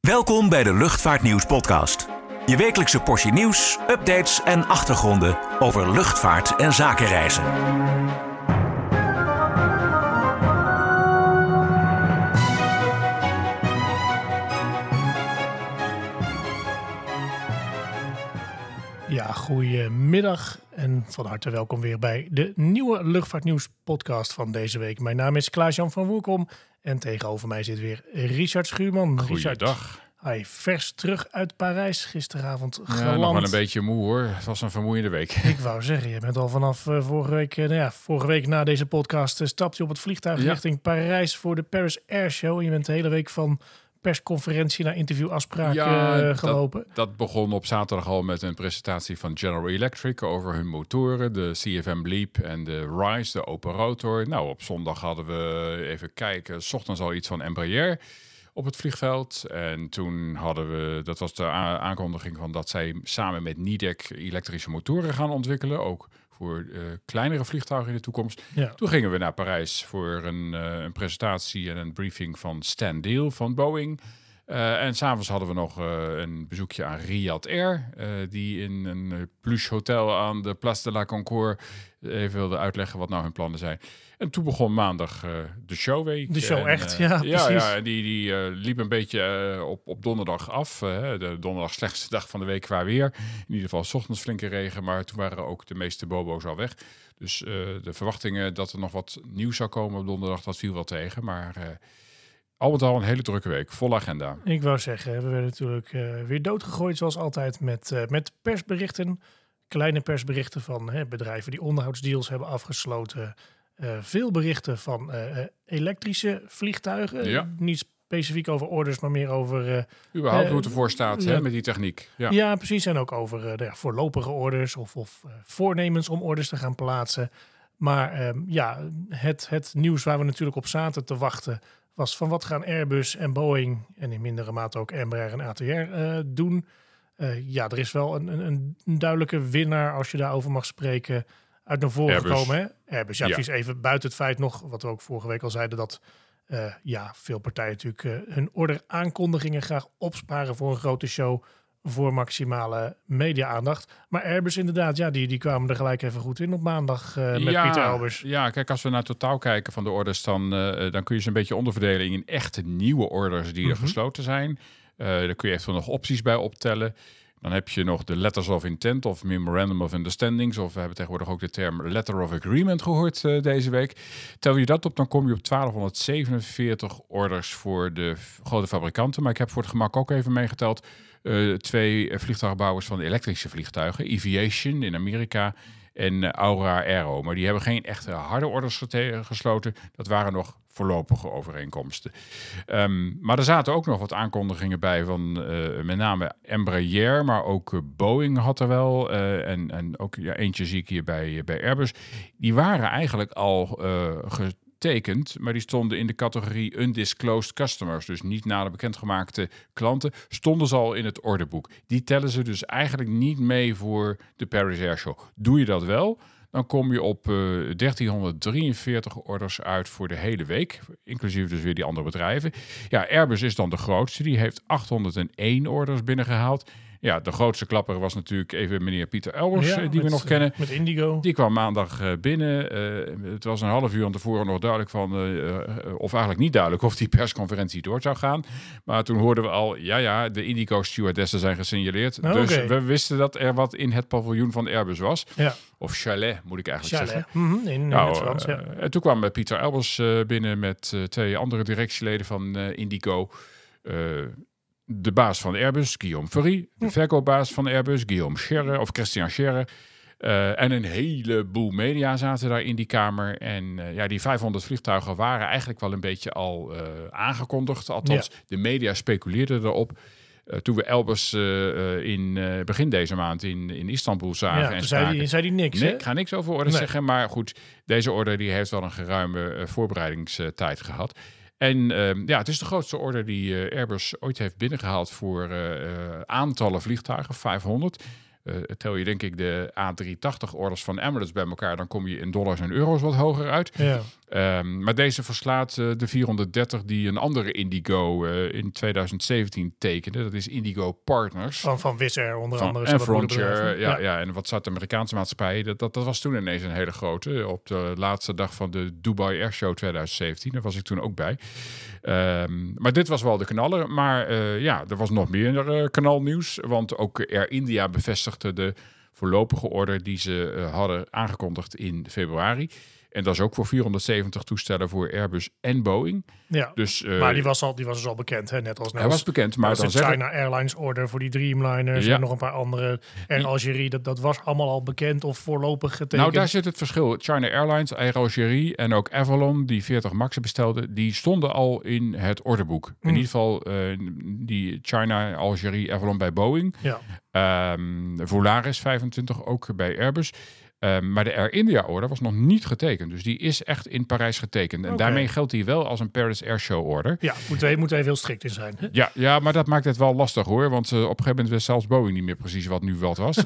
Welkom bij de Luchtvaartnieuws podcast. Je wekelijkse portie nieuws, updates en achtergronden over luchtvaart en zakenreizen. Ja, goedemiddag en van harte welkom weer bij de nieuwe Luchtvaartnieuws podcast van deze week. Mijn naam is Klaas-Jan van Woerkom en tegenover mij zit weer Richard Schuurman. Goeiedag. Hi, vers terug uit Parijs, gisteravond geland. Ja, nog wel een beetje moe hoor. Het was een vermoeiende week. Ik wou zeggen, je bent al vanaf vorige week na deze podcast stapte je op het vliegtuig richting Parijs voor de Paris Air Show. En je bent de hele week van persconferentie naar interviewafspraak gelopen. Dat begon op zaterdag al met een presentatie van General Electric over hun motoren, de CFM LEAP en de RISE, de open rotor. Nou, op zondag hadden we, even kijken, 's ochtends al iets van Embraer op het vliegveld. En toen hadden we, dat was de aankondiging van dat zij samen met Nidec elektrische motoren gaan ontwikkelen, ook voor kleinere vliegtuigen in de toekomst. Ja. Toen gingen we naar Parijs voor een presentatie en een briefing van Stan Deal van Boeing. En s'avonds hadden we nog een bezoekje aan Riyadh Air, die in een plush hotel aan de Place de la Concorde even wilde uitleggen wat nou hun plannen zijn. En toen begon maandag de showweek. De show echt, precies. Ja, die liep een beetje op donderdag af. De donderdag slechtste dag van de week qua weer. In ieder geval 's ochtends flinke regen, maar toen waren ook de meeste bobo's al weg. Dus de verwachtingen dat er nog wat nieuws zou komen op donderdag, dat viel wel tegen. Maar al met al een hele drukke week, volle agenda. Ik wou zeggen, we werden natuurlijk weer doodgegooid zoals altijd met persberichten. Kleine persberichten van bedrijven die onderhoudsdeals hebben afgesloten. Veel berichten van elektrische vliegtuigen. Ja. Niet specifiek over orders, maar meer over überhaupt hoe het ervoor staat met die techniek. Ja, precies. En ook over voorlopige orders of voornemens om orders te gaan plaatsen. Maar het nieuws waar we natuurlijk op zaten te wachten was van wat gaan Airbus en Boeing en in mindere mate ook Embraer en ATR doen. Er is wel een duidelijke winnaar als je daarover mag spreken uit naar voren gekomen. Hè? Airbus, precies. Even buiten het feit nog, wat we ook vorige week al zeiden, dat veel partijen natuurlijk hun order-aankondigingen graag opsparen voor een grote show, voor maximale media-aandacht. Maar Airbus inderdaad, die kwamen er gelijk even goed in op maandag met Pieter Elbers. Ja, kijk, als we naar het totaal kijken van de orders, dan kun je ze een beetje onderverdelen in echte nieuwe orders die er gesloten zijn. Daar kun je echt wel nog opties bij optellen. Dan heb je nog de Letters of Intent of Memorandum of Understandings. Of we hebben tegenwoordig ook de term Letter of Agreement gehoord deze week. Tel je dat op, dan kom je op 1247 orders voor de grote fabrikanten. Maar ik heb voor het gemak ook even meegeteld 2 vliegtuigbouwers van de elektrische vliegtuigen. Eviation in Amerika en Aura Aero. Maar die hebben geen echte harde orders gesloten. Dat waren nog voorlopige overeenkomsten. Maar er zaten ook nog wat aankondigingen bij van met name Embraer, maar ook Boeing had er wel. En ook eentje zie ik hier bij Airbus. Die waren eigenlijk al getekend, maar die stonden in de categorie undisclosed customers. Dus niet nader bekendgemaakte klanten. Stonden ze al in het orderboek. Die tellen ze dus eigenlijk niet mee voor de Paris Air Show. Doe je dat wel, dan kom je op 1343 orders uit voor de hele week. Inclusief dus weer die andere bedrijven. Ja, Airbus is dan de grootste. Die heeft 801 orders binnengehaald. Ja, de grootste klapper was natuurlijk even meneer Pieter Elbers, die we nog kennen. Met Indigo. Die kwam maandag binnen. Het was een half uur van tevoren nog duidelijk of eigenlijk niet duidelijk of die persconferentie door zou gaan. Maar toen hoorden we al, de Indigo stewardessen zijn gesignaleerd. Dus we wisten dat er wat in het paviljoen van Airbus was. Ja. Of chalet, moet ik eigenlijk zeggen. In het Frans, En toen kwam Pieter Elbers binnen met 2 andere directieleden van Indigo. De baas van Airbus, Guillaume Faury. De verkoopbaas van Airbus, Christian Scherrer. En een heleboel media zaten daar in die kamer. En die 500 vliegtuigen waren eigenlijk wel een beetje al aangekondigd. Althans, de media speculeerden erop. Toen we Elbers in begin deze maand in Istanbul zagen. Ja, toen zei hij niks. Nee, ik ga niks over orders zeggen. Maar goed, deze order die heeft wel een geruime voorbereidingstijd gehad. En het is de grootste order die Airbus ooit heeft binnengehaald voor aantallen vliegtuigen, 500. Tel je denk ik de A380-orders van Emirates bij elkaar, dan kom je in dollars en euro's wat hoger uit. Ja. Maar deze verslaat de 430 die een andere Indigo in 2017 tekende. Dat is Indigo Partners. Van Wizz Air onder andere. En Frontier. Ja, en wat Zuid-Amerikaanse maatschappij. Dat was toen ineens een hele grote. Op de laatste dag van de Dubai Air Show 2017. Daar was ik toen ook bij. Maar dit was wel de knaller. Maar er was nog meer knalnieuws. Want ook Air India bevestigde de voorlopige order die ze hadden aangekondigd in februari. En dat is ook voor 470 toestellen voor Airbus en Boeing. Ja, dus, maar die was dus al bekend, hè? Net als hij was bekend, maar dan de China Airlines order voor die Dreamliners en nog een paar andere. Air Algérie, dat was allemaal al bekend of voorlopig getekend. Nou, daar zit het verschil. China Airlines, Air Algérie en ook Avalon, die 40 Max'en bestelden, die stonden al in het orderboek. In ieder geval die China, Algérie, Avalon bij Boeing. Ja. Volaris 25 ook bij Airbus. Maar de Air India order was nog niet getekend. Dus die is echt in Parijs getekend. En daarmee geldt die wel als een Paris Air Show order. Ja, moeten we even heel strikt in zijn. Hè? Ja, maar dat maakt het wel lastig hoor. Want op een gegeven moment wist zelfs Boeing niet meer precies wat nu wat was.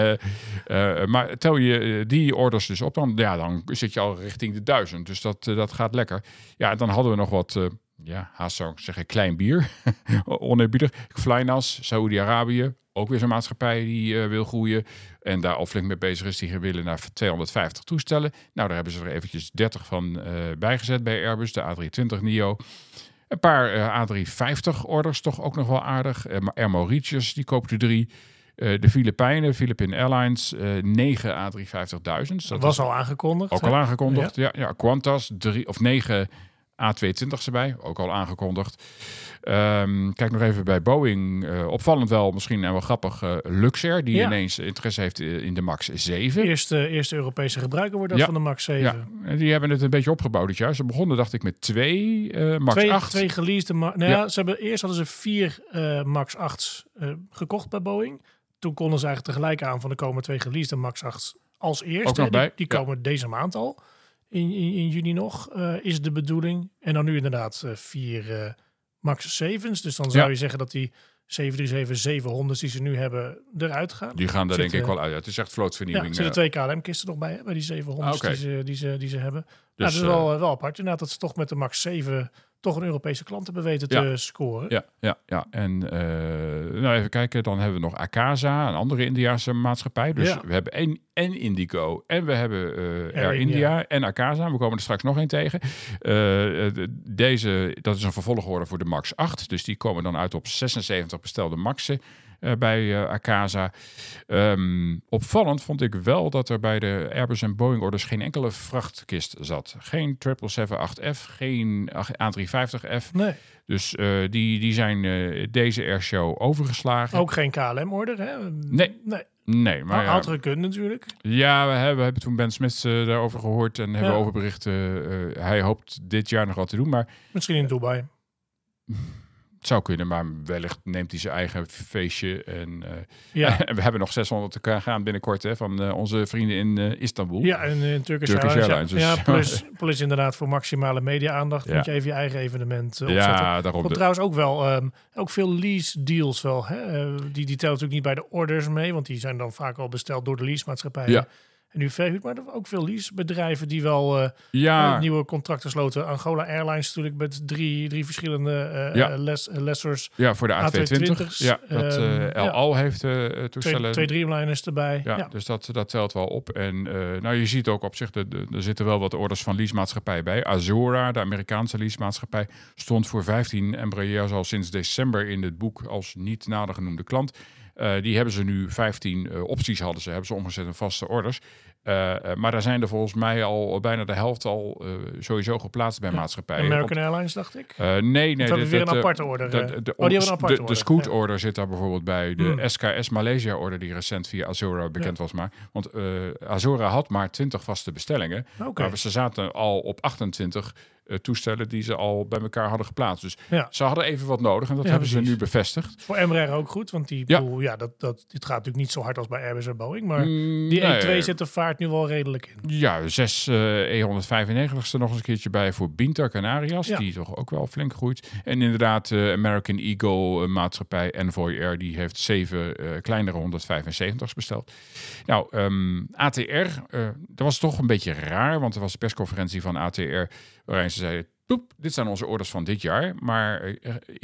Maar tel je die orders dus op, dan zit je al richting de 1000. Dus dat gaat lekker. Ja, en dan hadden we nog wat... haast zou ik zeggen klein bier. Oneerbiedig. Flynas, Saoedi-Arabië. Ook weer zo'n maatschappij die wil groeien. En daar al flink mee bezig is. Die willen naar 250 toestellen. Nou, daar hebben ze er eventjes 30 van bijgezet bij Airbus. De A320neo. Een paar A350 orders, toch ook nog wel aardig. Air Mauritius, die koopt er 3. De Filipijnen, Philippine Airlines, 9 A350.000. Dat was al aangekondigd. Ook al aangekondigd, ja. Qantas, 9 A220's erbij, ook al aangekondigd. Kijk nog even bij Boeing. Opvallend wel, misschien en wel grappig, Luxair, die ineens interesse heeft in de MAX 7. Eerste Europese gebruiker wordt dat van de MAX 7. Ja, en die hebben het een beetje opgebouwd dit jaar. Ze begonnen, dacht ik, met 2 MAX 8. Twee geleased. Eerst hadden ze 4 MAX 8's gekocht bij Boeing. Toen konden ze eigenlijk tegelijk aan van de komen 2 geleased MAX 8's als eerste. Die komen deze maand al. In juni nog is de bedoeling. En dan nu inderdaad 4 MAX 7's. Dus dan zou je zeggen dat die 737-700's die ze nu hebben eruit gaan. Die gaan er denk ik wel uit. Het is echt vlootvernieuwing. Er zitten 2 KLM-kisten nog bij die 700's die ze hebben. Dus, dat is wel apart. Inderdaad dat ze toch met de MAX 7 toch een Europese klant hebben weten te scoren. Ja. En even kijken, dan hebben we nog Akasa, een andere Indiase maatschappij. Dus we hebben en Indigo en we hebben Air India en Akasa. We komen er straks nog één tegen. Dat is een vervolgorder voor de MAX 8. Dus die komen dan uit op 76 bestelde MAX'en. Bij Akasa. Opvallend vond ik wel dat er bij de Airbus en Boeing orders geen enkele vrachtkist zat. Geen 777-8F, geen A350F. Nee. Dus die zijn deze airshow overgeslagen. Ook geen KLM-order, hè? Nee, maar had gekund natuurlijk. Ja, we hebben toen Ben Smith daarover gehoord en hebben overbericht. Hij hoopt dit jaar nog wat te doen, maar... Misschien in Dubai. Het zou kunnen, maar wellicht neemt hij zijn eigen feestje. En we hebben nog 600 te gaan binnenkort van onze vrienden in Istanbul. Ja, en Turkish Airlines. Ja, plus inderdaad voor maximale media-aandacht moet je even je eigen evenement opzetten. Ja, daarom. Trouwens ook wel ook veel lease deals wel. Hè? Die tellen natuurlijk niet bij de orders mee, want die zijn dan vaak al besteld door de leasemaatschappijen. Ja. En nu verhuurt, maar ook veel leasebedrijven die wel nieuwe contracten sloten. Angola Airlines natuurlijk met drie verschillende lessors. Ja, voor de A220's. Ja, dat El Al heeft toestellen. Twee Dreamliners erbij. Ja. Dus dat telt wel op. En je ziet ook op zich, er zitten wel wat orders van leasemaatschappij bij. Azora, de Amerikaanse leasemaatschappij, stond voor 15 Embraers al sinds december in het boek als niet nader genoemde klant. Die hebben ze nu 15 opties hebben ze omgezet in vaste orders. Maar daar zijn er volgens mij al bijna de helft al sowieso geplaatst bij maatschappijen. American Airlines, dacht ik? Nee. Dat hebben weer een aparte order. Die hebben een aparte order. De Scoot-order zit daar bijvoorbeeld bij. De SKS Malaysia-order die recent via Azora bekend was. Want Azora had maar 20 vaste bestellingen. Okay. Maar ze zaten al op 28 toestellen die ze al bij elkaar hadden geplaatst. Dus ze hadden even wat nodig en dat hebben ze nu bevestigd. Voor Embraer ook goed, want dit gaat natuurlijk niet zo hard als bij Airbus en Boeing, maar die 1-2 zitten vaak vaart nu wel redelijk in. Ja, 6 E195 er nog eens een keertje bij voor Binter Canarias, die toch ook wel flink groeit. En inderdaad, American Eagle maatschappij Envoy Air, die heeft 7 kleinere 175's besteld. Nou, ATR, dat was toch een beetje raar, want er was een persconferentie van ATR waarin ze zeiden, dit zijn onze orders van dit jaar. Maar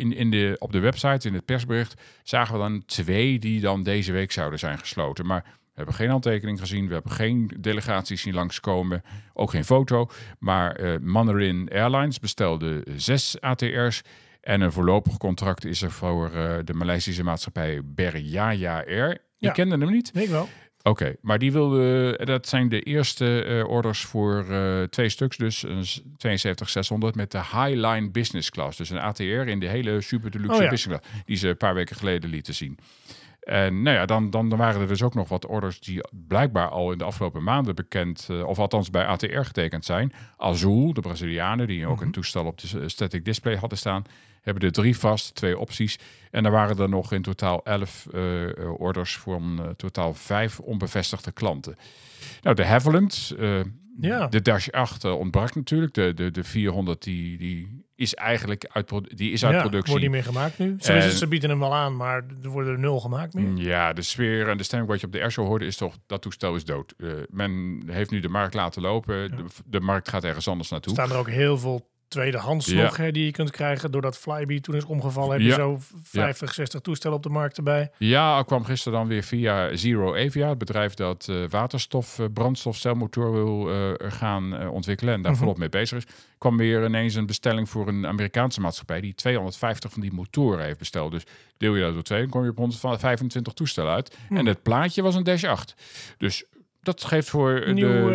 op de website, in het persbericht, zagen we dan 2 die dan deze week zouden zijn gesloten. Maar we hebben geen handtekening gezien. We hebben geen delegaties zien langskomen. Ook geen foto. Maar Mandarin Airlines bestelde 6 ATR's. En een voorlopig contract is er voor de Maleisische maatschappij Berjaya Air. Je kende hem niet? Nee, ik wel. Oké, maar die wilde, dat zijn de eerste orders voor 2 stuks, dus een 72-600 met de Highline Business Class. Dus een ATR in de hele super deluxe business class, die ze een paar weken geleden lieten zien. En nou ja, dan waren er dus ook nog wat orders die blijkbaar al in de afgelopen maanden bekend, of althans bij ATR getekend zijn. Azul, de Brazilianen, die ook een toestel op de static display hadden staan, hebben er 3 vast, 2 opties. En er waren er nog in totaal 11 orders voor totaal 5 onbevestigde klanten. Nou, de Havilland, de Dash 8 ontbrak natuurlijk. De 400 die is eigenlijk uit productie. Wordt niet meer gemaakt nu. Ze bieden hem wel aan, maar er worden er 0 gemaakt meer. Ja, de sfeer en de stemming wat je op de airshow hoorde is toch, dat toestel is dood. Men heeft nu de markt laten lopen. Ja. De markt gaat ergens anders naartoe. Er staan er ook heel veel tweedehands nog die je kunt krijgen. Doordat Flybe toen is omgevallen, heb je zo 50, 60 toestellen op de markt erbij. Ja, ik kwam gisteren dan weer via Zero Avia, het bedrijf dat brandstofcelmotor wil gaan ontwikkelen en daar volop mee bezig is. Kwam weer ineens een bestelling voor een Amerikaanse maatschappij die 250 van die motoren heeft besteld. Dus deel je dat door 2, dan kom je op 125 toestellen uit. En het plaatje was een Dash 8. Dus dat geeft voor een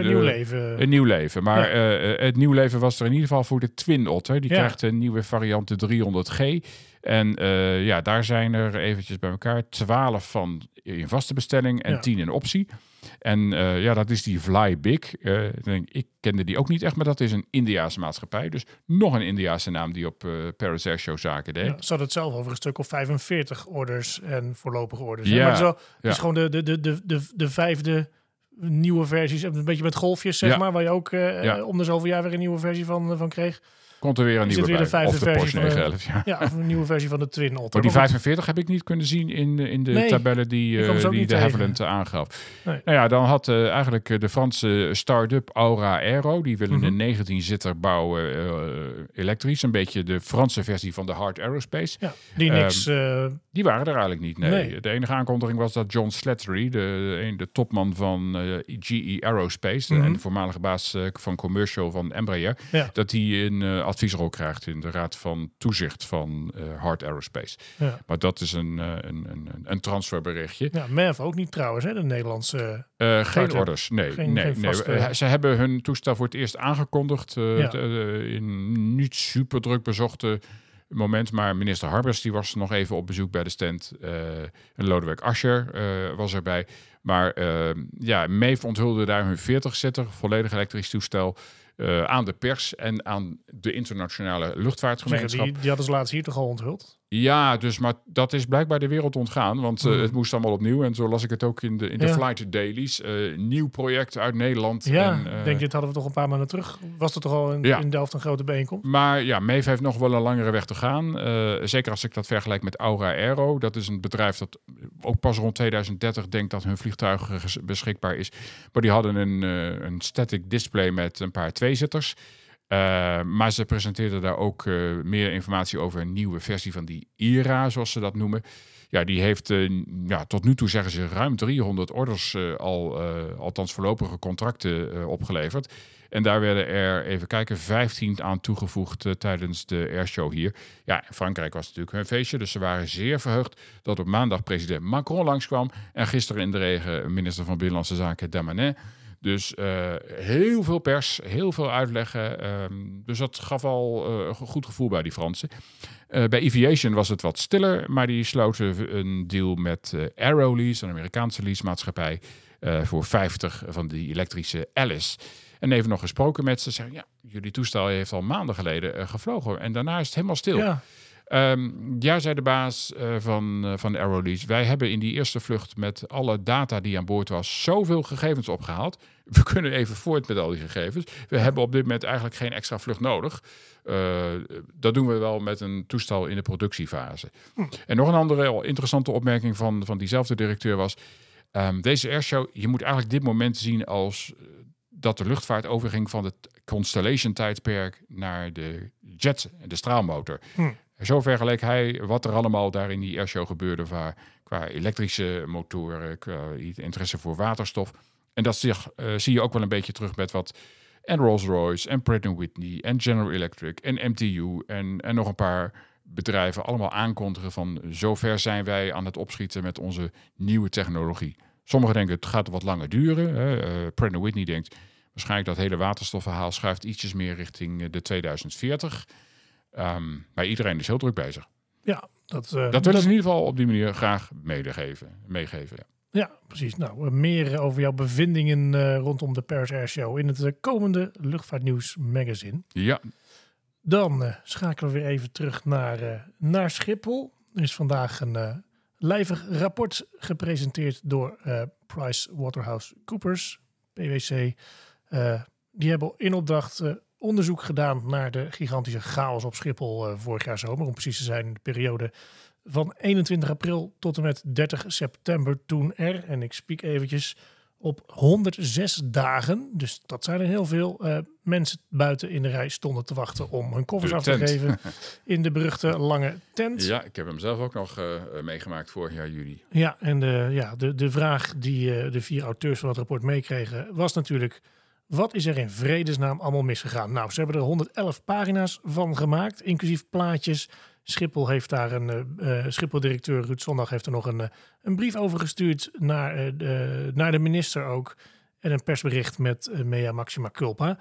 nieuw leven. Maar het nieuw leven was er in ieder geval voor de Twin Otter. Die krijgt een nieuwe variant, de 300G. En daar zijn er eventjes bij elkaar 12 van in vaste bestelling en 10 in optie. En dat is die Fly Big. Ik kende die ook niet echt, maar dat is een Indiase maatschappij. Dus nog een Indiase naam die op Paris Air Show zaken deed. Ze hadden het zelf over een stuk of 45 orders en voorlopige orders. Ja. Maar het is gewoon de 5e nieuwe versies, een beetje met golfjes, zeg maar, waar je ook om de zoveel jaar weer een nieuwe versie van kreeg. Komt er weer een nieuwe bij. Of de Porsche 911. Of een nieuwe versie van de Twin Otter. Maar die 45 heb ik niet kunnen zien in de tabellen die de Havilland aangaf. Nee. Nou ja, dan had eigenlijk de Franse start-up Aura Aero, die willen een 19-zitter bouwen elektrisch. Een beetje de Franse versie van de Hart Aerospace. Ja, die waren er eigenlijk niet, nee. De enige aankondiging was dat John Slattery, de topman van GE Aerospace en de voormalige baas van commercial van Embraer, dat hij een adviesrol krijgt in de raad van toezicht van Hart Aerospace. Ja. Maar dat is een transferberichtje. Ja, MEF ook niet trouwens, hè, de Nederlandse... geen orders, nee. Ze hebben hun toestel voor het eerst aangekondigd in niet super druk bezochte moment, maar minister Harbers die was nog even op bezoek bij de stand. En Lodewijk Asscher was erbij. Maar MEF onthulde daar hun 40-zitter, volledig elektrisch toestel, aan de pers en aan de internationale luchtvaartgemeenschap. Die hadden ze laatst hier toch al onthuld? Ja, dus maar dat is blijkbaar de wereld ontgaan, want het moest allemaal opnieuw. En zo las ik het ook in de Flight Dailies. Nieuw project uit Nederland. Ja, denk dit hadden we toch een paar maanden terug. Was er toch al in Delft een grote bijeenkomst? Maar ja, MEF heeft nog wel een langere weg te gaan. Zeker als ik dat vergelijk met Aura Aero. Dat is een bedrijf dat ook pas rond 2030 denkt dat hun vliegtuig beschikbaar is. Maar die hadden een static display met een paar tweezitters. Maar ze presenteerden daar ook meer informatie over een nieuwe versie van die IRA, zoals ze dat noemen. Ja, die heeft tot nu toe, zeggen ze, ruim 300 orders althans voorlopige contracten opgeleverd. En daar werden er, even kijken, 15 aan toegevoegd tijdens de airshow hier. Ja, in Frankrijk was het natuurlijk hun feestje, dus ze waren zeer verheugd dat op maandag president Macron langskwam en gisteren in de regen minister van Binnenlandse Zaken Darmanin. Dus heel veel pers, heel veel uitleggen. Dus dat gaf al een goed gevoel bij die Fransen. Bij Eviation was het wat stiller, maar die sloten een deal met Aerolease, een Amerikaanse leasemaatschappij, voor 50 van die elektrische Alice. En even nog gesproken met ze. Zeggen, jullie toestel heeft al maanden geleden gevlogen en daarna is het helemaal stil. Ja. Zei de baas van Aerolease, wij hebben in die eerste vlucht met alle data die aan boord was zoveel gegevens opgehaald. We kunnen even voort met al die gegevens. We hebben op dit moment eigenlijk geen extra vlucht nodig. Dat doen we wel met een toestel in de productiefase. En nog een andere interessante opmerking van diezelfde directeur was, deze airshow, je moet eigenlijk dit moment zien als dat de luchtvaart overging van het Constellation-tijdperk naar de jet, de straalmotor. Zo vergeleek hij wat er allemaal daar in die airshow gebeurde qua elektrische motoren, qua interesse voor waterstof. En dat zie je ook wel een beetje terug met wat en Rolls-Royce en Pratt & Whitney en General Electric en MTU en nog een paar bedrijven allemaal aankondigen van zover zijn wij aan het opschieten met onze nieuwe technologie. Sommigen denken het gaat wat langer duren. Pratt & Whitney denkt waarschijnlijk dat hele waterstofverhaal schuift ietsjes meer richting de 2040. Maar iedereen is heel druk bezig. Ja, dat willen ze in ieder geval op die manier graag meegeven. Ja, precies. Nou, meer over jouw bevindingen rondom de Paris Air Show in het komende Luchtvaartnieuws magazine. Ja. Dan schakelen we weer even terug naar Schiphol. Er is vandaag een lijvig rapport gepresenteerd door PricewaterhouseCoopers, PwC. Die hebben in opdracht onderzoek gedaan naar de gigantische chaos op Schiphol vorig jaar zomer. Om precies te zijn, in de periode van 21 april tot en met 30 september. Toen er, en ik spiek eventjes, op 106 dagen, dus dat zijn er heel veel, mensen buiten in de rij stonden te wachten om hun koffers af te geven in de beruchte lange tent. Ja, ik heb hem zelf ook nog meegemaakt vorig jaar juli. Ja, en de vraag die de 4 auteurs van het rapport meekregen was natuurlijk, wat is er in vredesnaam allemaal misgegaan? Nou, ze hebben er 111 pagina's van gemaakt, inclusief plaatjes. Schiphol heeft daar Schiphol-directeur Ruud Zondag heeft er nog een brief over gestuurd naar de minister ook. En een persbericht met mea maxima culpa.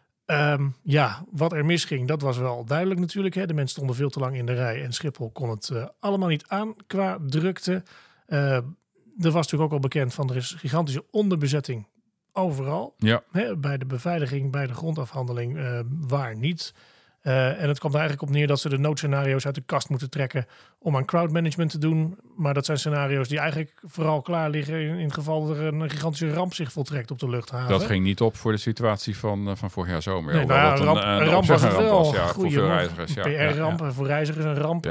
Wat er misging, dat was wel duidelijk natuurlijk. Hè. De mensen stonden veel te lang in de rij en Schiphol kon het allemaal niet aan qua drukte. Er was natuurlijk ook al bekend van er is gigantische onderbezetting overal. Ja. Hè, bij de beveiliging, bij de grondafhandeling, waar niet. En het kwam er eigenlijk op neer dat ze de noodscenario's uit de kast moeten trekken om aan crowdmanagement te doen. Maar dat zijn scenario's die eigenlijk vooral klaar liggen in het geval dat er een gigantische ramp zich voltrekt op de luchthaven. Dat ging niet op voor de situatie van vorig jaar zomer. Nee, een ramp was het wel. Ja, voor veel reizigers. Ja, PR-ramp en voor reizigers een ramp.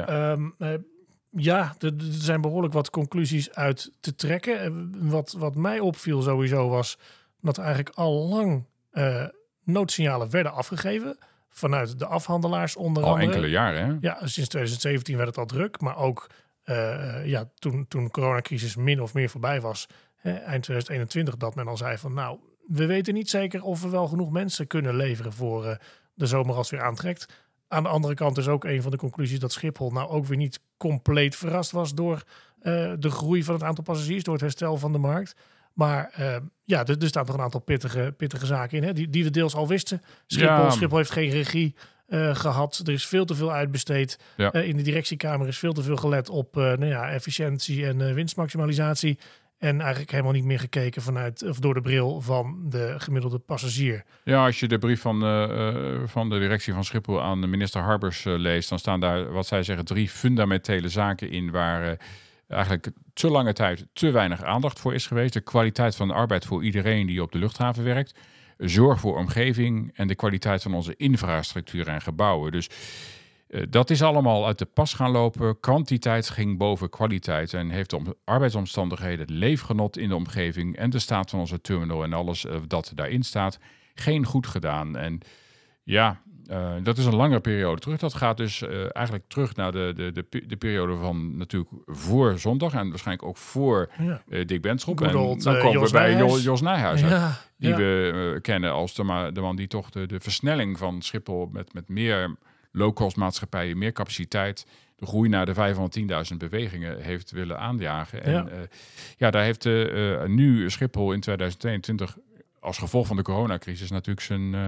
Ja. Er zijn behoorlijk wat conclusies uit te trekken. Wat mij opviel sowieso was dat er eigenlijk al lang noodsignalen werden afgegeven. Vanuit de afhandelaars onder andere. Al enkele jaren, hè? Ja, sinds 2017 werd het al druk. Maar ook toen de coronacrisis min of meer voorbij was, eind 2021, dat men al zei van nou, we weten niet zeker of we wel genoeg mensen kunnen leveren voor de zomer als weer aantrekt. Aan de andere kant is ook een van de conclusies dat Schiphol nou ook weer niet compleet verrast was door de groei van het aantal passagiers, door het herstel van de markt. Maar er staan nog een aantal pittige zaken in, hè, die we deels al wisten. Schiphol heeft geen regie gehad. Er is veel te veel uitbesteed. Ja. In de directiekamer is veel te veel gelet op efficiëntie en winstmaximalisatie. En eigenlijk helemaal niet meer gekeken vanuit of door de bril van de gemiddelde passagier. Ja, als je de brief van de directie van Schiphol aan de minister Harbers leest, dan staan daar, wat zij zeggen, 3 fundamentele zaken in waar eigenlijk te lange tijd te weinig aandacht voor is geweest. De kwaliteit van de arbeid voor iedereen die op de luchthaven werkt. Zorg voor omgeving en de kwaliteit van onze infrastructuur en gebouwen. Dus dat is allemaal uit de pas gaan lopen. Kwantiteit ging boven kwaliteit en heeft de arbeidsomstandigheden, het leefgenot in de omgeving en de staat van onze terminal en alles dat daarin staat geen goed gedaan. En ja, dat is een langere periode terug. Dat gaat dus eigenlijk terug naar de periode van natuurlijk voor zondag en waarschijnlijk ook voor Dick Benschop. En dan komen we bij Jos Nijhuis uit, die we kennen als de man die toch de versnelling van Schiphol met meer low-cost maatschappijen, meer capaciteit, de groei naar de 510.000 bewegingen heeft willen aanjagen. En daar heeft nu Schiphol in 2022 als gevolg van de coronacrisis natuurlijk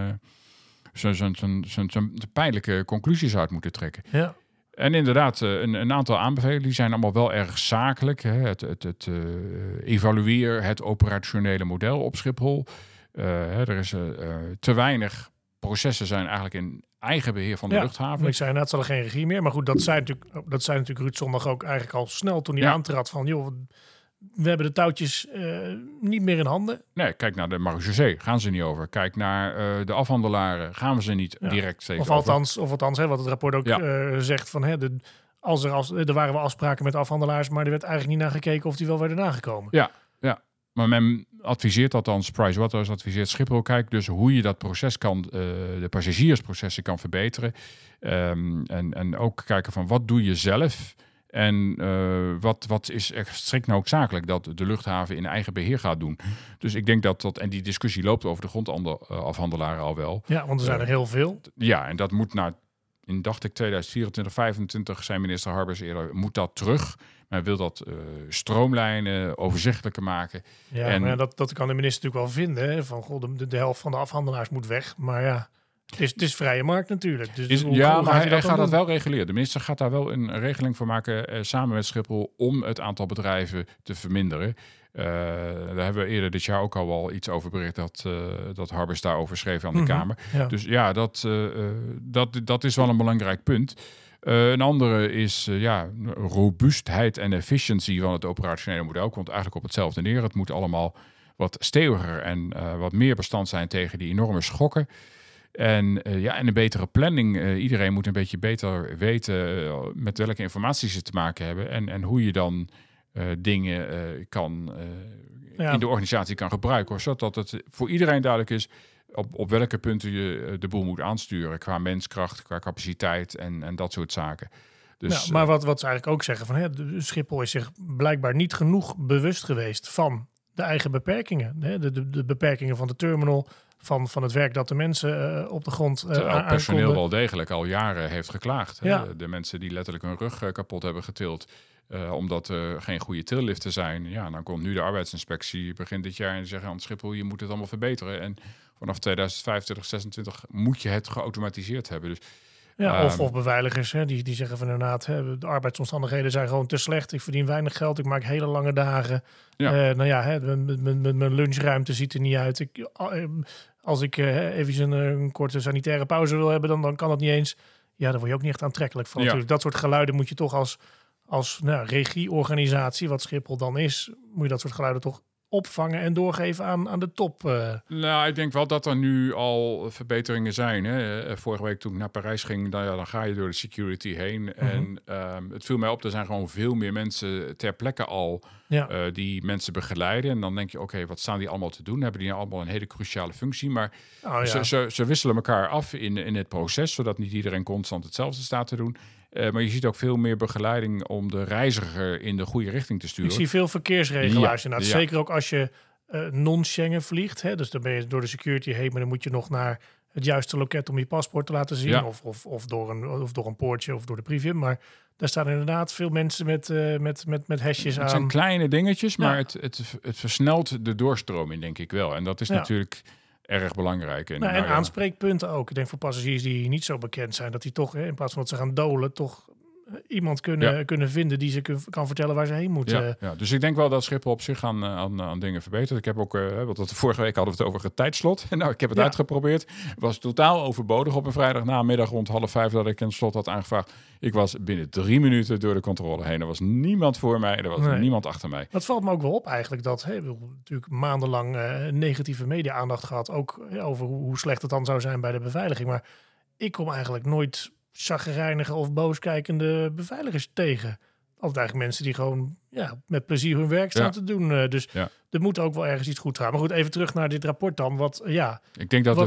zijn pijnlijke conclusies uit moeten trekken. Ja. En inderdaad, een aantal aanbevelingen die zijn allemaal wel erg zakelijk. Hè. Het evalueer het operationele model op Schiphol. Er is te weinig processen zijn eigenlijk in eigen beheer van de luchthaven. Ik zei net, zal er geen regie meer. Maar goed, dat zei natuurlijk Ruud Zondag ook eigenlijk al snel toen hij aantrad van, joh, we hebben de touwtjes niet meer in handen. Nee, kijk naar de marechaussee, gaan ze niet over. Kijk naar de afhandelaren, gaan we ze niet direct steeds over. Of althans, wat het rapport ook zegt van, er waren wel afspraken met afhandelaars, maar er werd eigenlijk niet naar gekeken of die wel werden nagekomen. Ja. Maar men adviseert althans, Pricewaterhouse adviseert Schiphol, kijk dus hoe je dat proces kan, de passagiersprocessen kan verbeteren. En ook kijken van wat doe je zelf en wat is echt strikt noodzakelijk dat de luchthaven in eigen beheer gaat doen. Dus ik denk en die discussie loopt over de grondafhandelaren al wel. Ja, want er zijn er heel veel. Ja, en dat moet in 2024, 2025, zei minister Harbers eerder, moet dat terug. Men wil dat stroomlijnen, overzichtelijker maken. Ja, maar dat kan de minister natuurlijk wel vinden. Hè? Van, de helft van de afhandelaars moet weg. Maar ja, het is vrije markt natuurlijk. Dus maar hij gaat dat wel reguleren. De minister gaat daar wel een regeling voor maken samen met Schiphol om het aantal bedrijven te verminderen. Daar hebben we eerder dit jaar ook al wel iets over bericht dat Harbers daarover schreef aan de Kamer. Ja. Dus ja, dat is wel een belangrijk punt. Een andere is robuustheid en efficiëntie van het operationele model. Komt eigenlijk op hetzelfde neer. Het moet allemaal wat steviger en wat meer bestand zijn tegen die enorme schokken. En een betere planning. Iedereen moet een beetje beter weten met welke informatie ze te maken hebben. En hoe je dan dingen in de organisatie kan gebruiken. Zodat het voor iedereen duidelijk is op welke punten je de boel moet aansturen. Qua menskracht, qua capaciteit en dat soort zaken. Dus, maar wat ze eigenlijk ook zeggen, van Schiphol is zich blijkbaar niet genoeg bewust geweest van de eigen beperkingen. De beperkingen van de terminal, van het werk dat de mensen op de grond terwijl personeel wel degelijk al jaren heeft geklaagd. Ja. De mensen die letterlijk hun rug kapot hebben getild, omdat er geen goede tilliften zijn. Ja, dan komt nu de arbeidsinspectie begin dit jaar en zeggen aan Schiphol, je moet het allemaal verbeteren. En vanaf 2025, 2026 moet je het geautomatiseerd hebben. Dus ja, of beveiligers die zeggen van inderdaad, de arbeidsomstandigheden zijn gewoon te slecht. Ik verdien weinig geld, ik maak hele lange dagen. Ja. Mijn lunchruimte ziet er niet uit. Als ik even een korte sanitaire pauze wil hebben, dan kan dat niet eens. Ja, daar word je ook niet echt aantrekkelijk van. Natuurlijk. Dat soort geluiden moet je toch als regieorganisatie, wat Schiphol dan is, moet je dat soort geluiden toch opvangen en doorgeven aan de top. Nou, ik denk wel dat er nu al verbeteringen zijn. Hè. Vorige week toen ik naar Parijs ging, dan ga je door de security heen. En het viel mij op, er zijn gewoon veel meer mensen ter plekke al die mensen begeleiden. En dan denk je, oké, wat staan die allemaal te doen? Hebben die allemaal een hele cruciale functie? Maar ze wisselen elkaar af in het proces, zodat niet iedereen constant hetzelfde staat te doen. Maar je ziet ook veel meer begeleiding om de reiziger in de goede richting te sturen. Ik zie veel verkeersregelaars inderdaad. Ja. Zeker ook als je non-Schengen vliegt. Hè? Dus dan ben je door de security heen, maar dan moet je nog naar het juiste loket om je paspoort te laten zien. Ja. Of door een poortje of door de Privium. Maar daar staan inderdaad veel mensen met hesjes aan. Het zijn kleine dingetjes, maar het versnelt de doorstroming, denk ik wel. En dat is natuurlijk erg belangrijk. En aanspreekpunten ook. Ik denk voor passagiers die niet zo bekend zijn, dat die toch, in plaats van dat ze gaan dolen, toch iemand kunnen vinden die ze kan vertellen waar ze heen moeten. Ja. Dus ik denk wel dat Schiphol op zich aan dingen verbetert. Ik heb ook, want vorige week hadden we het over het tijdslot. Nou, ik heb het uitgeprobeerd. Het was totaal overbodig op een vrijdagnamiddag rond 4:30 dat ik een slot had aangevraagd. Ik was binnen 3 minuten door de controle heen. Er was niemand voor mij, er was niemand achter mij. Dat valt me ook wel op eigenlijk. Dat we hebben natuurlijk maandenlang negatieve media-aandacht gehad. Ook over hoe slecht het dan zou zijn bij de beveiliging. Maar ik kom eigenlijk nooit chagrijnige of booskijkende beveiligers tegen. Altijd eigenlijk mensen die gewoon met plezier hun werk staan te doen. Dus er moet ook wel ergens iets goed gaan. Maar goed, even terug naar dit rapport dan. Ik denk dat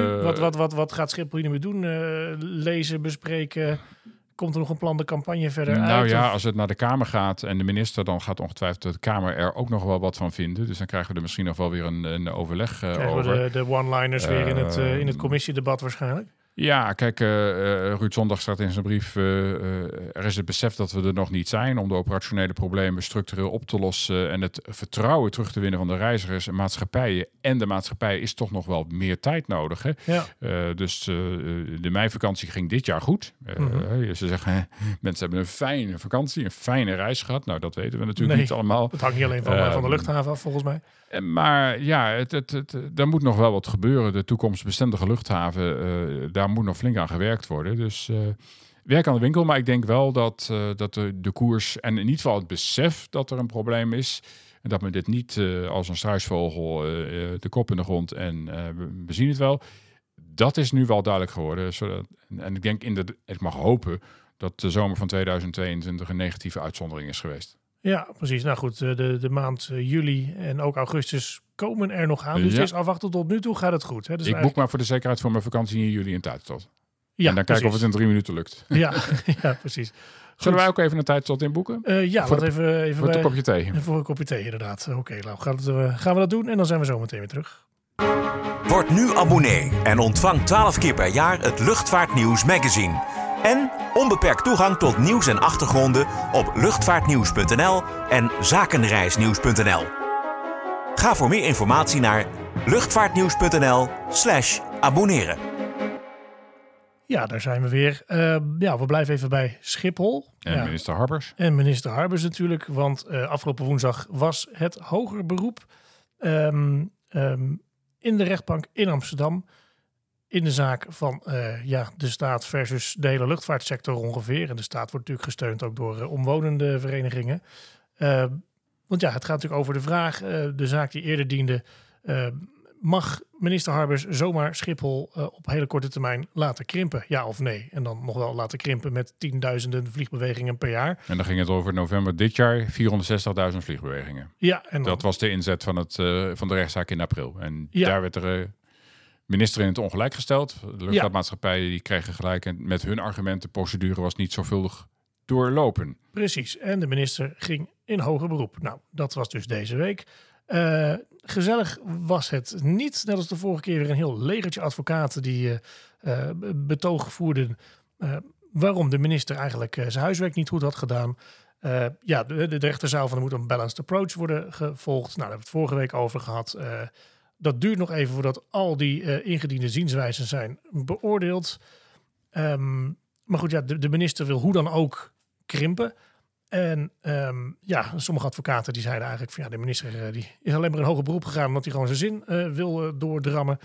wat gaat Schiphol hier nu doen? Lezen, bespreken? Komt er nog een plan de campagne verder uit? Nou ja, als het naar de Kamer gaat en de minister, dan gaat ongetwijfeld de Kamer er ook nog wel wat van vinden. Dus dan krijgen we er misschien nog wel weer een overleg over. We de one-liners weer in het commissiedebat waarschijnlijk? Ja, kijk, Ruud Zondag staat in zijn brief, er is het besef dat we er nog niet zijn om de operationele problemen structureel op te lossen en het vertrouwen terug te winnen van de reizigers en maatschappijen. En de maatschappij is toch nog wel meer tijd nodig. Hè? Ja. Dus de meivakantie ging dit jaar goed. Ze zeggen, mensen hebben een fijne vakantie, een fijne reis gehad. Nou, dat weten we natuurlijk niet allemaal. Het hangt niet alleen van de luchthaven af, volgens mij. Maar ja, er moet nog wel wat gebeuren. De toekomstbestendige luchthaven, daar daar moet nog flink aan gewerkt worden. Dus werk aan de winkel. Maar ik denk wel dat de koers en in ieder geval het besef dat er een probleem is. En dat men dit niet als een struisvogel de kop in de grond en we zien het wel. Dat is nu wel duidelijk geworden. En ik denk, ik mag hopen dat de zomer van 2022 een negatieve uitzondering is geweest. Ja, precies. Nou goed, de maand juli en ook augustus komen er nog aan. Dus het is afwachten. Tot nu toe gaat het goed. Hè? Dus ik boek maar voor de zekerheid voor mijn vakantie in juli een tijdslot. Ja, en dan kijken of het in 3 minuten lukt. Ja, precies. Zullen wij ook even een tijdslot inboeken? Laten we even voor een kopje thee. Voor een kopje thee, inderdaad. Oké, nou gaan we dat doen en dan zijn we zo meteen weer terug. Word nu abonnee en ontvang 12 keer per jaar het Luchtvaartnieuws magazine. En onbeperkt toegang tot nieuws en achtergronden op luchtvaartnieuws.nl en zakenreisnieuws.nl. Ga voor meer informatie naar luchtvaartnieuws.nl/abonneren. Ja, daar zijn we weer. We blijven even bij Schiphol. En minister Harbers. En minister Harbers natuurlijk, want afgelopen woensdag was het hoger beroep in de rechtbank in Amsterdam. In de zaak van de staat versus de hele luchtvaartsector ongeveer. En de staat wordt natuurlijk gesteund ook door omwonende verenigingen. Want het gaat natuurlijk over de vraag, de zaak die eerder diende. Mag minister Harbers zomaar Schiphol op hele korte termijn laten krimpen? Ja of nee? En dan nog wel laten krimpen met 10.000 vliegbewegingen per jaar. En dan ging het over november dit jaar 460.000 vliegbewegingen. Ja, en dat was de inzet van de rechtszaak in april. En daar werd er minister in het ongelijk gesteld. De luchtvaartmaatschappijen die kregen gelijk. En met hun argumenten, procedure was niet zorgvuldig doorlopen. Precies. En de minister ging in hoger beroep. Nou, dat was dus deze week. Gezellig was het niet. Net als de vorige keer weer een heel legertje advocaten die betoog voerden waarom de minister eigenlijk zijn huiswerk niet goed had gedaan. De rechterzaal van er moet een balanced approach worden gevolgd. Nou, daar hebben we het vorige week over gehad. Dat duurt nog even voordat al die ingediende zienswijzen zijn beoordeeld. Maar goed, de minister wil hoe dan ook krimpen. En sommige advocaten die zeiden eigenlijk van de minister die is alleen maar in hoger beroep gegaan omdat hij gewoon zijn zin wil doordrammen.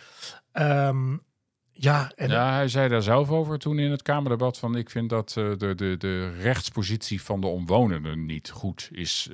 Hij zei daar zelf over toen in het Kamerdebat van ik vind dat de rechtspositie van de omwonenden niet goed is.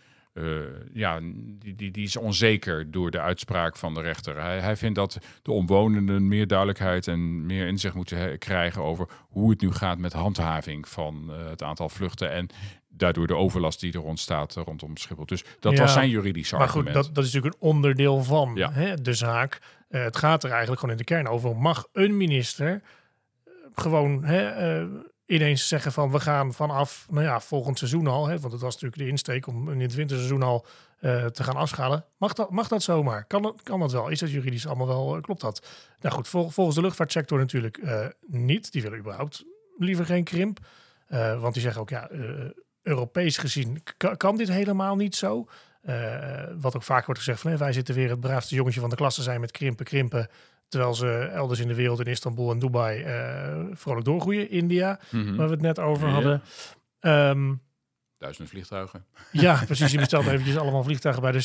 Die is onzeker door de uitspraak van de rechter. Hij vindt dat de omwonenden meer duidelijkheid en meer inzicht moeten krijgen over hoe het nu gaat met handhaving van het aantal vluchten en daardoor de overlast die er ontstaat rondom Schiphol. Dus dat was zijn juridische argument. Maar goed, dat is natuurlijk een onderdeel van de zaak. Het gaat er eigenlijk gewoon in de kern over. Mag een minister gewoon ineens zeggen van we gaan vanaf volgend seizoen al, want het was natuurlijk de insteek om in het winterseizoen al te gaan afschalen. Mag dat zomaar? Kan dat wel? Is dat juridisch allemaal wel? Klopt dat? Nou goed, volgens de luchtvaartsector natuurlijk niet. Die willen überhaupt liever geen krimp. Want die zeggen ook Europees gezien kan dit helemaal niet zo. Wat ook vaak wordt gezegd van wij zitten weer het braafste jongetje van de klas te zijn met krimpen. Terwijl ze elders in de wereld, in Istanbul en Dubai, vrolijk doorgroeien. India, waar we het net over hadden. 1000 vliegtuigen. Ja, precies. Je bestelt eventjes allemaal vliegtuigen bij. Dus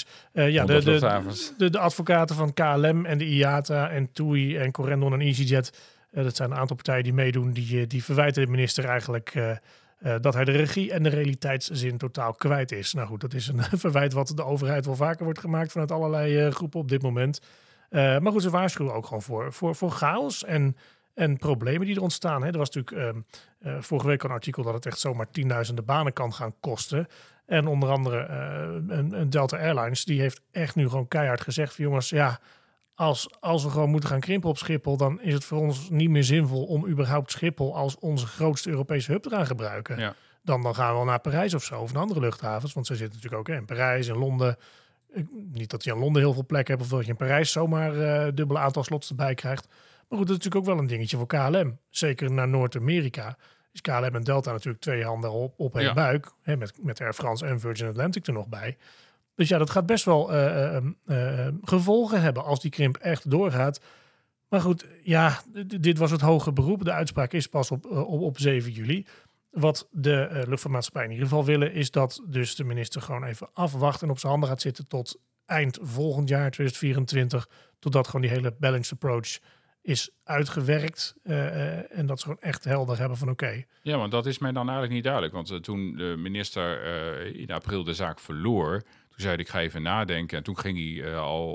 de advocaten van KLM en de IATA en TUI en Corendon en EasyJet. Dat zijn een aantal partijen die meedoen. Die verwijten de minister eigenlijk dat hij de regie en de realiteitszin totaal kwijt is. Nou goed, dat is een verwijt wat de overheid wel vaker wordt gemaakt vanuit allerlei groepen op dit moment. Maar goed, ze waarschuwen ook gewoon voor chaos en problemen die er ontstaan. Er was natuurlijk vorige week een artikel dat het echt zomaar 10.000 banen kan gaan kosten. En onder andere een Delta Airlines, die heeft echt nu gewoon keihard gezegd van jongens, als we gewoon moeten gaan krimpen op Schiphol, dan is het voor ons niet meer zinvol om überhaupt Schiphol als onze grootste Europese hub te gaan gebruiken. Ja. Dan gaan we wel naar Parijs of zo, of naar andere luchthavens. Want ze zitten natuurlijk ook in Parijs, in Londen. Niet dat je in Londen heel veel plekken hebt, of dat je in Parijs zomaar dubbele aantal slots erbij krijgt. Maar goed, dat is natuurlijk ook wel een dingetje voor KLM. Zeker naar Noord-Amerika is KLM en Delta natuurlijk 2 handen op één buik. Met Air France en Virgin Atlantic er nog bij. Dus dat gaat best wel gevolgen hebben als die krimp echt doorgaat. Maar goed, dit was het hoge beroep. De uitspraak is pas op 7 juli. Wat de luchtvaartmaatschappij in ieder geval willen, is dat dus de minister gewoon even afwacht en op zijn handen gaat zitten tot eind volgend jaar, 2024. Totdat gewoon die hele balanced approach is uitgewerkt. En dat ze gewoon echt helder hebben van oké. Ja, want dat is mij dan eigenlijk niet duidelijk. Want toen de minister in april de zaak verloor, toen zei hij, ik ga even nadenken. En toen ging hij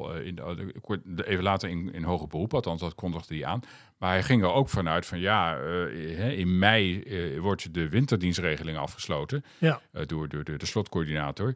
even later in hoger beroep, althans dat kondigde hij aan. Maar hij ging er ook vanuit van in mei wordt de winterdienstregeling afgesloten door de slotcoördinator.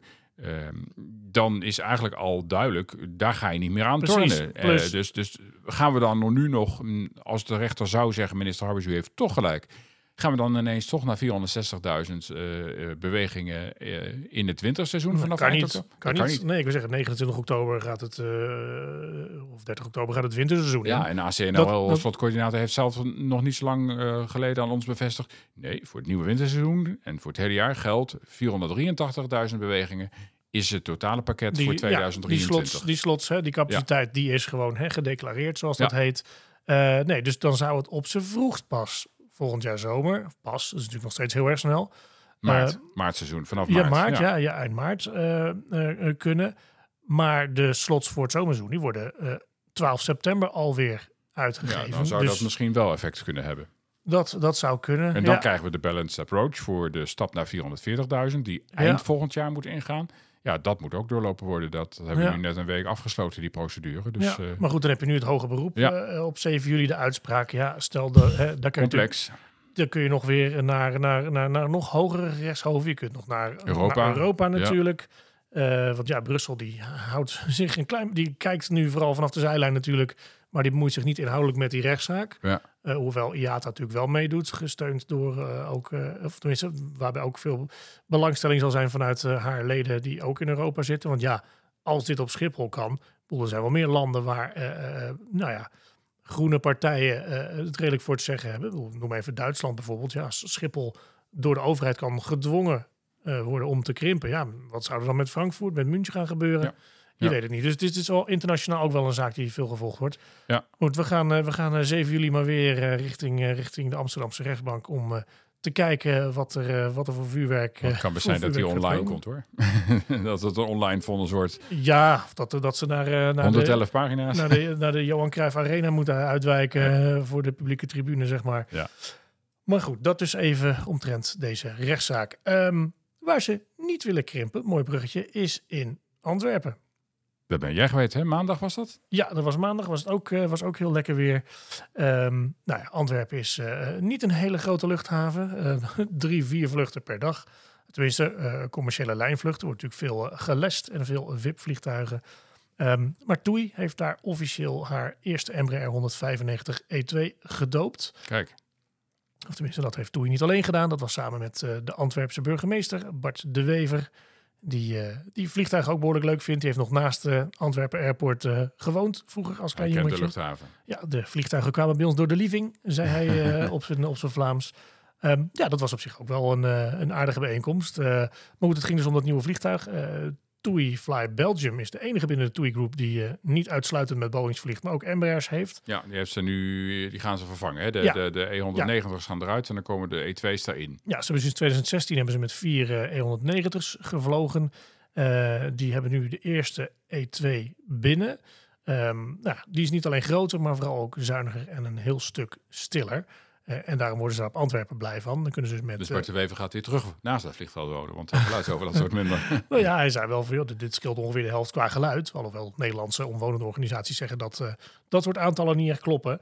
Dan is eigenlijk al duidelijk, daar ga je niet meer aan tornen. Dus gaan we dan nu nog, als de rechter zou zeggen, minister Harbers, u heeft toch gelijk, gaan we dan ineens toch naar 460.000 bewegingen in het winterseizoen vanaf kan eind niet. Kan niet. Nee, ik wil zeggen, 29 oktober gaat het, of 30 oktober gaat het winterseizoen in. Ja, en ACNL, slotcoördinator, heeft zelf nog niet zo lang geleden aan ons bevestigd. Nee, voor het nieuwe winterseizoen en voor het hele jaar geldt 483.000 bewegingen is het totale pakket voor 2023. Die slots, die capaciteit, die is gewoon gedeclareerd, zoals dat heet. Nee, dus dan zou het op z'n vroegst pas volgend jaar zomer, dat is natuurlijk nog steeds heel erg snel. Maartseizoen, vanaf maart. Eind maart kunnen. Maar de slots voor het zomerseizoen, die worden 12 september alweer uitgegeven. Ja, dan zou dat misschien wel effect kunnen hebben. Dat zou kunnen. En dan krijgen we de balanced approach voor de stap naar 440.000, die eind volgend jaar moet ingaan. Ja, dat moet ook doorlopen worden. Dat hebben we nu net een week afgesloten, die procedure. Dus, maar goed, dan heb je nu het hoge beroep op 7 juli, de uitspraak. Ja, stel, daar complex. Dan kun je nog weer naar nog hogere rechtshoven. Je kunt nog naar Europa natuurlijk. Want Brussel die houdt zich die kijkt nu vooral vanaf de zijlijn natuurlijk. Maar die bemoeit zich niet inhoudelijk met die rechtszaak. Ja. Hoewel IATA natuurlijk wel meedoet, gesteund door of tenminste, waarbij ook veel belangstelling zal zijn vanuit haar leden die ook in Europa zitten. Want als dit op Schiphol kan, er zijn wel meer landen waar, groene partijen het redelijk voor te zeggen hebben. Noem even Duitsland bijvoorbeeld. Ja, als Schiphol door de overheid kan gedwongen worden om te krimpen. Wat zou er dan met Frankfurt, met München gaan gebeuren? Ja. Je weet het niet. Dus dit is al internationaal ook wel een zaak die veel gevolgd wordt. Ja. Goed, we gaan 7 juli maar weer richting de Amsterdamse rechtbank om te kijken wat er voor vuurwerk... Het kan best zijn dat die online komt, hoor. Dat het een online vonnis wordt. Ja, dat ze naar 111 pagina's. Naar de Johan Cruijff Arena moeten uitwijken voor de publieke tribune, zeg maar. Ja. Maar goed, dat dus even omtrent deze rechtszaak. Waar ze niet willen krimpen, mooi bruggetje, is in Antwerpen. Dat ben jij geweest, hè? Maandag was dat? Ja, dat was maandag. Was ook heel lekker weer. Antwerpen is niet een hele grote luchthaven. 3-4 vluchten per dag. Tenminste, commerciële lijnvluchten. Wordt natuurlijk veel gelest en veel VIP-vliegtuigen. Maar TUI heeft daar officieel haar eerste Embraer 195 E2 gedoopt. Kijk. Of tenminste, dat heeft TUI niet alleen gedaan. Dat was samen met de Antwerpse burgemeester Bart de Wever. Die vliegtuig ook behoorlijk leuk vindt. Die heeft nog naast Antwerpen Airport gewoond vroeger als klein jongetje. De luchthaven. Ja, de vliegtuigen kwamen bij ons door de lieving, zei hij op zijn Vlaams. Dat was op zich ook wel een aardige bijeenkomst. Maar goed, het ging dus om dat nieuwe vliegtuig. TUI Fly Belgium is de enige binnen de TUI Group die niet uitsluitend met Boeings vliegt, maar ook Embraers heeft. Ja, die gaan ze vervangen. Hè? De E190's gaan eruit en dan komen de E2's daarin. Ja, ze hebben sinds 2016 hebben ze met 4 E190's gevlogen. Die hebben nu de eerste E2 binnen. Die is niet alleen groter, maar vooral ook zuiniger en een heel stuk stiller. En daarom worden ze op Antwerpen blij van. Dan kunnen ze dus Bart de Wever gaat weer terug naast dat vliegveld wonen, want het geluidsoverlast wordt minder. Nou ja, hij zei wel van, dit scheelt ongeveer de helft qua geluid. Alhoewel Nederlandse omwonende organisaties zeggen dat soort aantallen niet echt kloppen.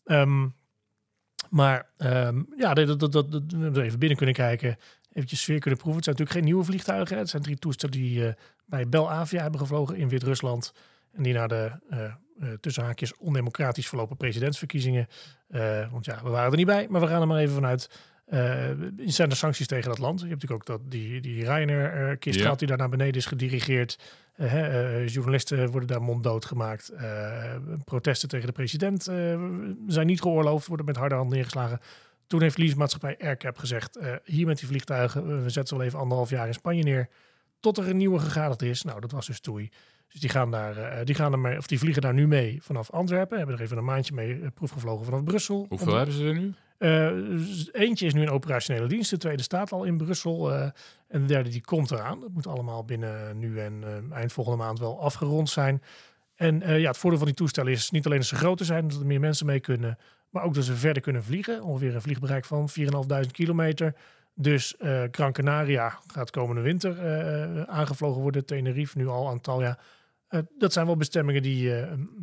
Even binnen kunnen kijken, eventjes sfeer kunnen proeven. Het zijn natuurlijk geen nieuwe vliegtuigen. Het zijn 3 toestellen die bij Belavia hebben gevlogen in Wit-Rusland. En die naar de tussen haakjes ondemocratisch verlopen presidentsverkiezingen. Want we waren er niet bij, maar we gaan er maar even vanuit. Zijn er sancties tegen dat land? Je hebt natuurlijk ook die Ryanair-kist gehad die daar naar beneden is gedirigeerd. Journalisten worden daar monddood gemaakt. Protesten tegen de president zijn niet geoorloofd, worden met harde hand neergeslagen. Toen heeft leasemaatschappij AirCap gezegd, hier met die vliegtuigen, we zetten ze wel even 1,5 jaar in Spanje neer, tot er een nieuwe gegadigd is. Nou, dat was dus TUI. Dus die vliegen daar nu mee vanaf Antwerpen. Hebben er even een maandje mee proefgevlogen vanaf Brussel. Hoeveel hebben ze er nu? Eentje is nu in operationele dienst. De tweede staat al in Brussel. En de derde die komt eraan. Dat moet allemaal binnen nu en eind volgende maand wel afgerond zijn. En het voordeel van die toestellen is niet alleen dat ze groter zijn, dat er meer mensen mee kunnen, maar ook dat ze verder kunnen vliegen. Ongeveer een vliegbereik van 4.500 kilometer. Dus Gran Canaria gaat komende winter aangevlogen worden. Tenerife nu al, Antalya. Dat zijn wel bestemmingen die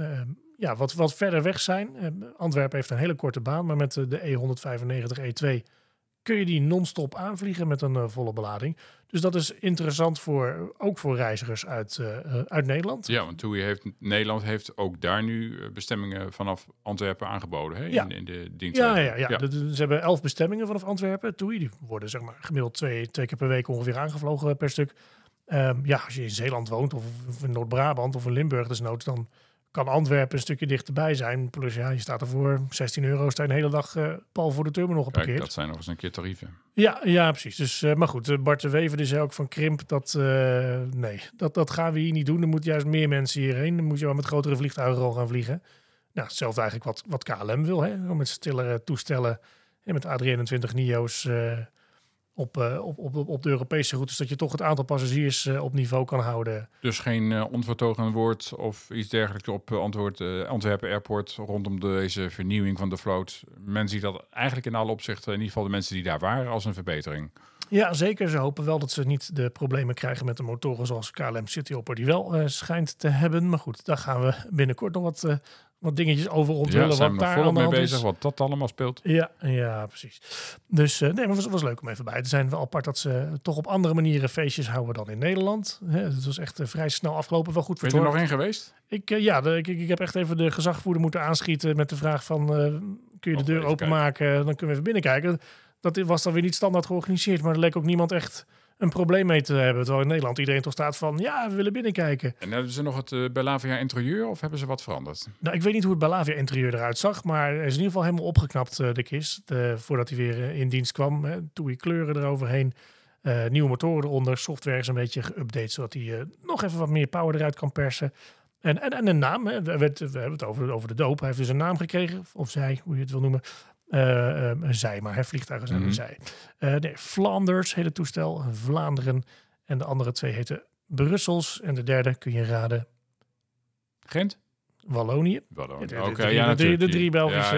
wat verder weg zijn. Antwerpen heeft een hele korte baan, maar met de E195 E2 kun je die non-stop aanvliegen met een volle belading. Dus dat is interessant ook voor reizigers uit Nederland. Ja, want Nederland heeft ook daar nu bestemmingen vanaf Antwerpen aangeboden. Hè? Ja. In de dienst. Ja. Ze hebben 11 bestemmingen vanaf Antwerpen. TUI, die worden zeg maar gemiddeld twee keer per week ongeveer aangevlogen per stuk. Als je in Zeeland woont of in Noord-Brabant of in Limburg desnoods, dan kan Antwerpen een stukje dichterbij zijn. Plus je staat er voor €16, sta je een hele dag pal voor de terminal geparkeerd. Kijk, dat zijn nog eens een keer tarieven. Ja, precies. Dus, maar goed, Bart de Wever die zei ook van Krimp, dat gaan we hier niet doen. Er moeten juist meer mensen hierheen. Dan moet je wel met grotere vliegtuigen al gaan vliegen. Nou, hetzelfde eigenlijk wat KLM wil, hè? Met stillere toestellen en met A321neo's op de Europese routes, dat je toch het aantal passagiers op niveau kan houden. Dus geen onvertogen woord of iets dergelijks op Antwerpen Airport rondom deze vernieuwing van de vloot. Men ziet dat eigenlijk in alle opzichten, in ieder geval de mensen die daar waren, als een verbetering. Ja, zeker. Ze hopen wel dat ze niet de problemen krijgen met de motoren zoals KLM Cityhopper die wel schijnt te hebben. Maar goed, daar gaan we binnenkort nog wat dingetjes over onthullen. Ja, zijn wat we nog daar volop aan de mee hand bezig, is. wat dat allemaal speelt. Ja, precies. Dus maar het was leuk om even bij te zijn. Wel apart dat ze toch op andere manieren feestjes houden dan in Nederland. Het was echt vrij snel afgelopen. Wel goed Ben je er nog in geweest? Ik heb echt even de gezagvoerder moeten aanschieten met de vraag van kun je de deur openmaken? Dan kunnen we even binnenkijken. Dat was dan weer niet standaard georganiseerd, maar er leek ook niemand echt een probleem mee te hebben. Terwijl in Nederland iedereen toch staat van, ja, we willen binnenkijken. En hebben ze nog het Belavia interieur of hebben ze wat veranderd? Nou, ik weet niet hoe het Belavia interieur eruit zag, maar er is in ieder geval helemaal opgeknapt, de kist. Voordat hij weer in dienst kwam. Toen kleuren eroverheen. Nieuwe motoren eronder. Software is een beetje geüpdate, zodat hij nog even wat meer power eruit kan persen. En een naam. We hebben het over de doop. Hij heeft dus een naam gekregen. Of zij, hoe je het wil noemen. Zij, maar vliegtuigen zijn een zij. Flanders, hele toestel. Vlaanderen. En de andere twee heten Brussels. En de derde, kun je raden, Gent? Wallonië. De drie Belgische...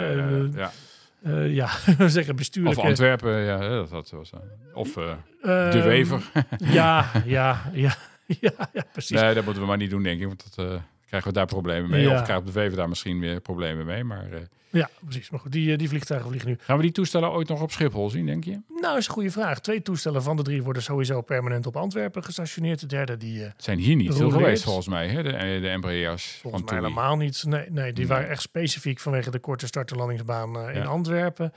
we zeggen bestuurlijke... Of Antwerpen, dat was... Of De Wever. Ja, precies. Nee, dat moeten we maar niet doen, denk ik. Want dat krijgen we daar problemen mee. Ja. Of krijgt De Wever daar misschien weer problemen mee. Maar, ja, precies. Maar goed, die vliegtuigen vliegen nu. Gaan we die toestellen ooit nog op Schiphol zien, denk je? Nou, is een goede vraag. 2 toestellen van de 3 worden sowieso permanent op Antwerpen gestationeerd. De derde die... zijn hier niet veel geweest, volgens mij, hè? De Embraers. Volgens mij helemaal niet. Nee, die waren echt specifiek vanwege de korte start- en landingsbaan in Antwerpen.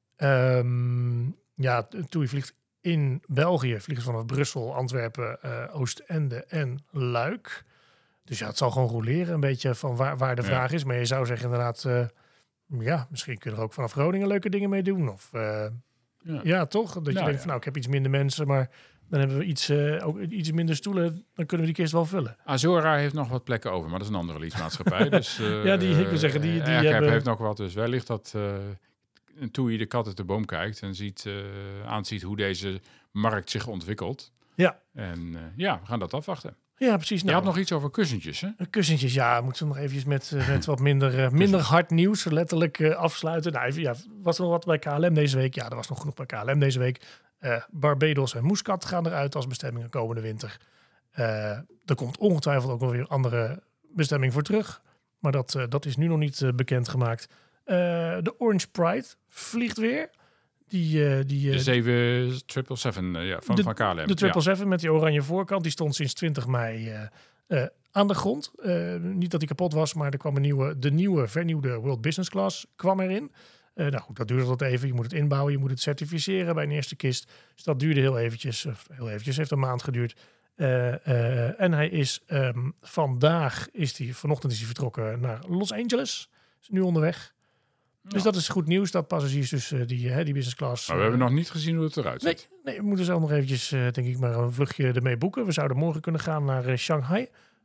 TUI vliegt in België. Vliegen ze vanaf Brussel, Antwerpen, Oostende en Luik. Dus ja, het zal gewoon roleren. Een beetje van waar de vraag is. Maar je zou zeggen inderdaad... misschien kun je er ook vanaf Groningen leuke dingen mee doen. Of toch? Dat je denkt van ik heb iets minder mensen, maar dan hebben we iets minder stoelen. Dan kunnen we die kist wel vullen. Azora heeft nog wat plekken over, maar dat is een andere leasemaatschappij. Dus, ik wil zeggen, die hebben... heeft nog wat. Dus wellicht dat TUI de kat uit de boom kijkt en aanziet hoe deze markt zich ontwikkelt. Ja. En we gaan dat afwachten. Ja, precies. Je had nog iets over kussentjes, hè? Kussentjes, moeten we nog eventjes met wat minder hard nieuws letterlijk afsluiten. Nou, was er nog wat bij KLM deze week? Ja, er was nog genoeg bij KLM deze week. Barbados en Muscat gaan eruit als bestemmingen komende winter. Er komt ongetwijfeld ook nog weer andere bestemming voor terug. Maar dat is nu nog niet bekendgemaakt. De Orange Pride vliegt weer. De 777 van KLM. De 777 met die oranje voorkant, die stond sinds 20 mei aan de grond. Niet dat die kapot was, maar er kwam de nieuwe vernieuwde World Business Class kwam erin. Dat duurde wat even. Je moet het inbouwen, je moet het certificeren bij een eerste kist. Dus dat duurde heel eventjes, heeft een maand geduurd. En hij is vanochtend is hij vertrokken naar Los Angeles. Is nu onderweg. Dus dat is goed nieuws, dat passagiers dus die business class... Maar we hebben nog niet gezien hoe het eruit ziet. Nee, we moeten zelf nog eventjes, denk ik, maar een vluchtje ermee boeken. We zouden morgen kunnen gaan naar Shanghai.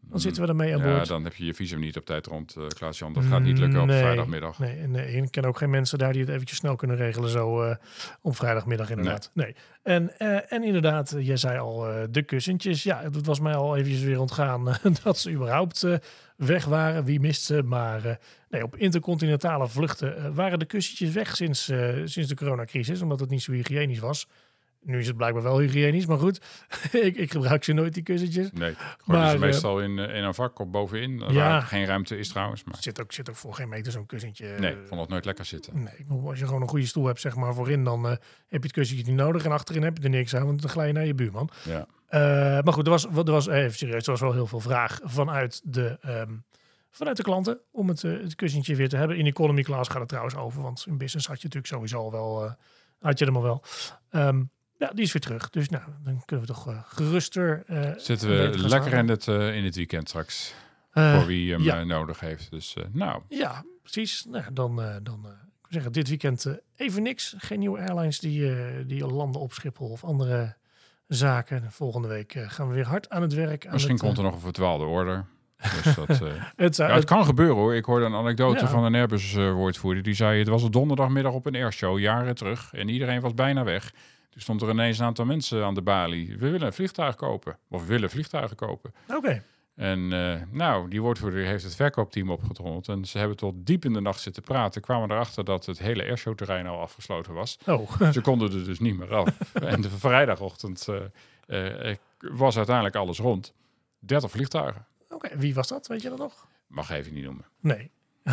Dan zitten we ermee aan boord. Ja, dan heb je je visum niet op tijd rond, Klaas-Jan. Dat gaat niet lukken op vrijdagmiddag. Nee, ik ken ook geen mensen daar die het eventjes snel kunnen regelen zo op vrijdagmiddag inderdaad. Nee. En inderdaad, jij zei al de kussentjes. Ja, het was mij al eventjes weer ontgaan dat ze überhaupt weg waren. Wie mist ze? Maar op intercontinentale vluchten waren de kussentjes weg sinds de coronacrisis. Omdat het niet zo hygiënisch was. Nu is het blijkbaar wel hygiënisch, maar goed. ik gebruik ze nooit, die kussentjes. Nee, maar ze meestal in een vak of bovenin. Waar geen ruimte is trouwens. Maar zit ook voor geen meter zo'n kussentje. Nee, ik vond het nooit lekker zitten. Nee, als je gewoon een goede stoel hebt, zeg maar, voorin, dan heb je het kussentje niet nodig. En achterin heb je er niks aan, want dan glij je naar je buurman. Ja. Maar goed, er was even serieus, er was wel heel veel vraag vanuit de klanten om het kussentje weer te hebben. In economy class gaat het trouwens over, want in business had je natuurlijk sowieso al wel, had je hem al wel. Ja, die is weer terug. Dus nou, dan kunnen we toch geruster... Zitten we lekker in het weekend straks. Voor wie hem nodig heeft. Dus nou... Ja, precies. Nou, dan ik zeggen, dit weekend even niks. Geen nieuwe airlines die landen op Schiphol of andere zaken. Volgende week gaan we weer hard aan het werk. Misschien komt er nog een verdwaalde order. Dus dat, het kan gebeuren hoor. Ik hoorde een anekdote van een Airbus-woordvoerder. Die zei, het was een donderdagmiddag op een airshow, jaren terug. En iedereen was bijna weg. Toen stond er ineens een aantal mensen aan de balie. We willen een vliegtuig kopen. Of we willen vliegtuigen kopen. Oké. En die woordvoerder heeft het verkoopteam opgetrommeld. En ze hebben tot diep in de nacht zitten praten. Kwamen erachter dat het hele airshowterrein al afgesloten was. Oh. Ze konden er dus niet meer af. En de vrijdagochtend was uiteindelijk alles rond. 30 vliegtuigen. Oké, wie was dat? Weet je dat nog? Mag even niet noemen. Nee.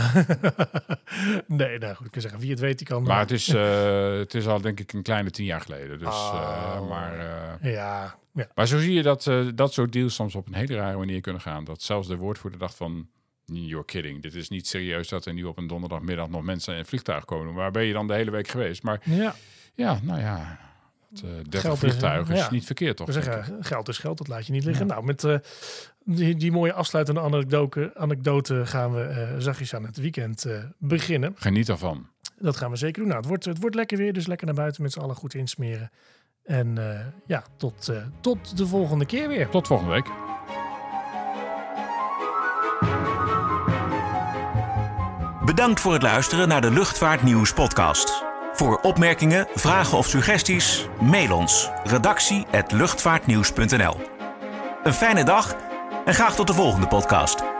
Nee, nou goed, ik kan zeggen, wie het weet, die kan... Maar het is al denk ik een kleine 10 jaar geleden. Dus, ja. Maar zo zie je dat soort deals soms op een hele rare manier kunnen gaan. Dat zelfs de woordvoerder dacht van, you're kidding. Dit is niet serieus dat er nu op een donderdagmiddag nog mensen in een vliegtuig komen. Waar ben je dan de hele week geweest? Maar nou ja... 30 vliegtuigen is niet verkeerd, toch? Geld is geld, dat laat je niet liggen. Ja. Nou, met die mooie afsluitende anekdote gaan we zachtjes aan het weekend beginnen. Geniet ervan. Dat gaan we zeker doen. Nou, het wordt lekker weer, dus lekker naar buiten met z'n allen goed insmeren. En tot de volgende keer weer. Tot volgende week. Bedankt voor het luisteren naar de Luchtvaartnieuws podcast. Voor opmerkingen, vragen of suggesties, mail ons redactie@luchtvaartnieuws.nl. Een fijne dag en graag tot de volgende podcast.